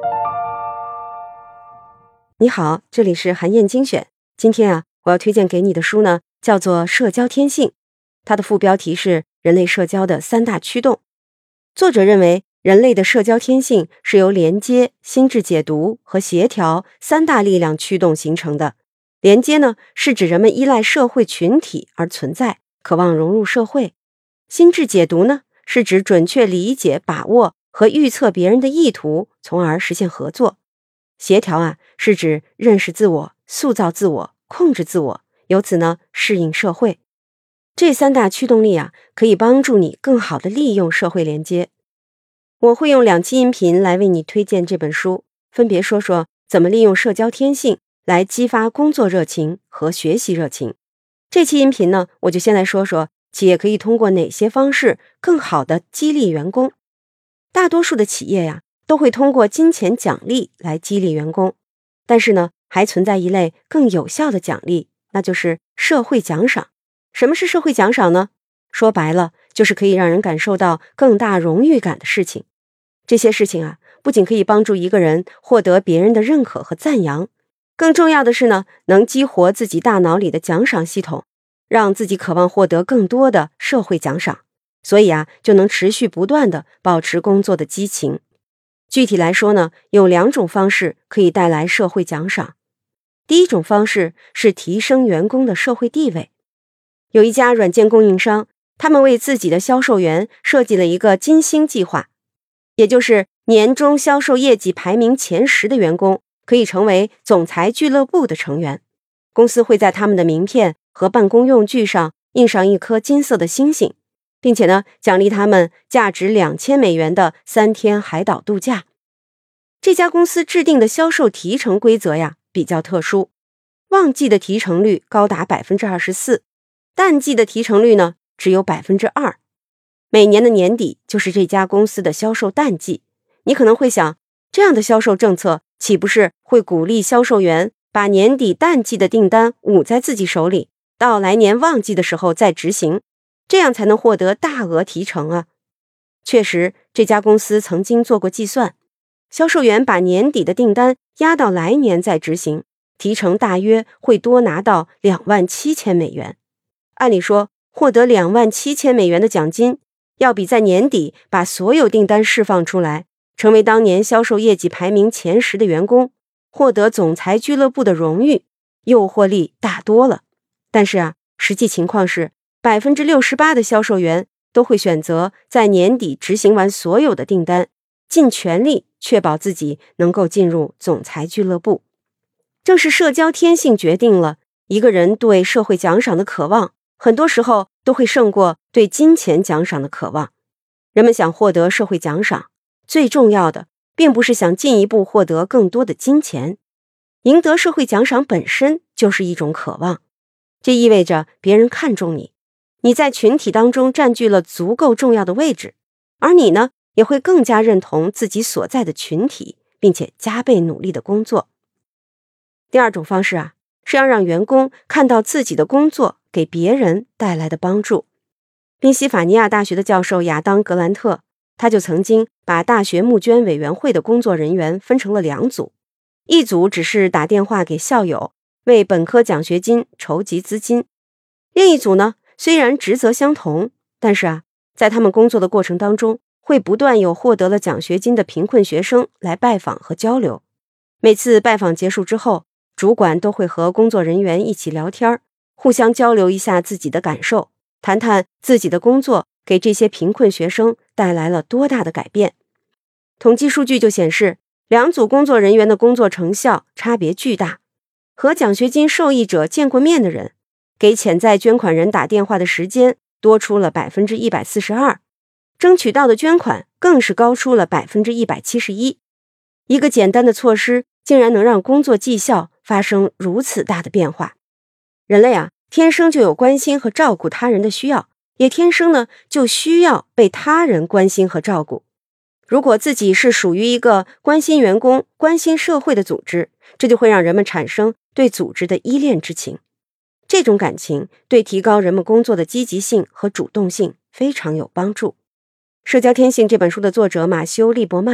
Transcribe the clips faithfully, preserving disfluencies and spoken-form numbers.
你好，这里是韩燕精选。今天啊，我要推荐给你的书呢，叫做《社交天性》，它的副标题是人类社交的三大驱动。作者认为，人类的社交天性是由连接、心智解读和协调三大力量驱动形成的。连接呢，是指人们依赖社会群体而存在，渴望融入社会；心智解读呢，是指准确理解、把握和预测别人的意图，从而实现合作。协调啊，是指认识自我、塑造自我、控制自我，由此呢适应社会。这三大驱动力啊，可以帮助你更好地利用社会连接。我会用两期音频来为你推荐这本书，分别说说怎么利用社交天性来激发工作热情和学习热情。这期音频呢，我就先来说说企业可以通过哪些方式更好地激励员工。大多数的企业呀，都会通过金钱奖励来激励员工，但是呢，还存在一类更有效的奖励，那就是社会奖赏。什么是社会奖赏呢？说白了，就是可以让人感受到更大荣誉感的事情。这些事情啊，不仅可以帮助一个人获得别人的认可和赞扬，更重要的是呢，能激活自己大脑里的奖赏系统，让自己渴望获得更多的社会奖赏，所以啊，就能持续不断地保持工作的激情。具体来说呢，有两种方式可以带来社会奖赏。第一种方式是提升员工的社会地位。有一家软件供应商，他们为自己的销售员设计了一个金星计划，也就是年终销售业绩排名前十的员工可以成为总裁俱乐部的成员。公司会在他们的名片和办公用具上印上一颗金色的星星，并且呢，奖励他们价值两千美元的三天海岛度假。这家公司制定的销售提成规则呀，比较特殊，旺季的提成率高达 百分之二十四， 淡季的提成率呢，只有 百分之二。 每年的年底就是这家公司的销售淡季。你可能会想，这样的销售政策岂不是会鼓励销售员把年底淡季的订单捂在自己手里，到来年旺季的时候再执行，这样才能获得大额提成啊？确实，这家公司曾经做过计算，销售员把年底的订单压到来年再执行，提成大约会多拿到两万七千美元。按理说，获得两万七千美元的奖金，要比在年底把所有订单释放出来，成为当年销售业绩排名前十的员工，获得总裁俱乐部的荣誉，诱惑力大多了。但是啊，实际情况是 百分之六十八 的销售员都会选择在年底执行完所有的订单，尽全力确保自己能够进入总裁俱乐部。正是社交天性决定了一个人对社会奖赏的渴望，很多时候都会胜过对金钱奖赏的渴望。人们想获得社会奖赏，最重要的并不是想进一步获得更多的金钱，赢得社会奖赏本身就是一种渴望。这意味着别人看重你，你在群体当中占据了足够重要的位置，而你呢，也会更加认同自己所在的群体，并且加倍努力的工作。第二种方式啊，是要让员工看到自己的工作给别人带来的帮助。宾夕法尼亚大学的教授亚当·格兰特，他就曾经把大学募捐委员会的工作人员分成了两组，一组只是打电话给校友，为本科奖学金筹集资金；另一组呢，虽然职责相同，但是啊，在他们工作的过程当中，会不断有获得了奖学金的贫困学生来拜访和交流。每次拜访结束之后，主管都会和工作人员一起聊天，互相交流一下自己的感受，谈谈自己的工作给这些贫困学生带来了多大的改变。统计数据就显示，两组工作人员的工作成效差别巨大。和奖学金受益者见过面的人，给潜在捐款人打电话的时间多出了 百分之一百四十二， 争取到的捐款更是高出了 百分之一百七十一。 一个简单的措施竟然能让工作绩效发生如此大的变化。人类啊，天生就有关心和照顾他人的需要，也天生呢就需要被他人关心和照顾。如果自己是属于一个关心员工、关心社会的组织，这就会让人们产生对组织的依恋之情。这种感情对提高人们工作的积极性和主动性非常有帮助。《社交天性》这本书的作者马修·利伯曼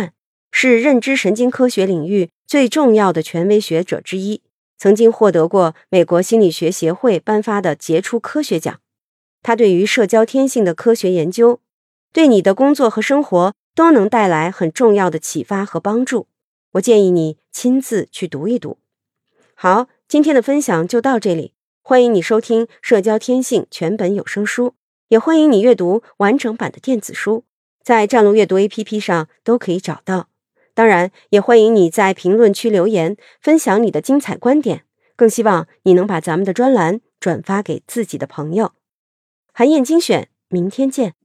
是认知神经科学领域最重要的权威学者之一，曾经获得过美国心理学协会颁发的杰出科学奖。他对于社交天性的科学研究，对你的工作和生活都能带来很重要的启发和帮助。我建议你亲自去读一读。好，今天的分享就到这里，欢迎你收听《社交天性》全本有声书，也欢迎你阅读完整版的电子书，在站路阅读 A P P 上都可以找到。当然，也欢迎你在评论区留言，分享你的精彩观点，更希望你能把咱们的专栏转发给自己的朋友。韩燕精选，明天见。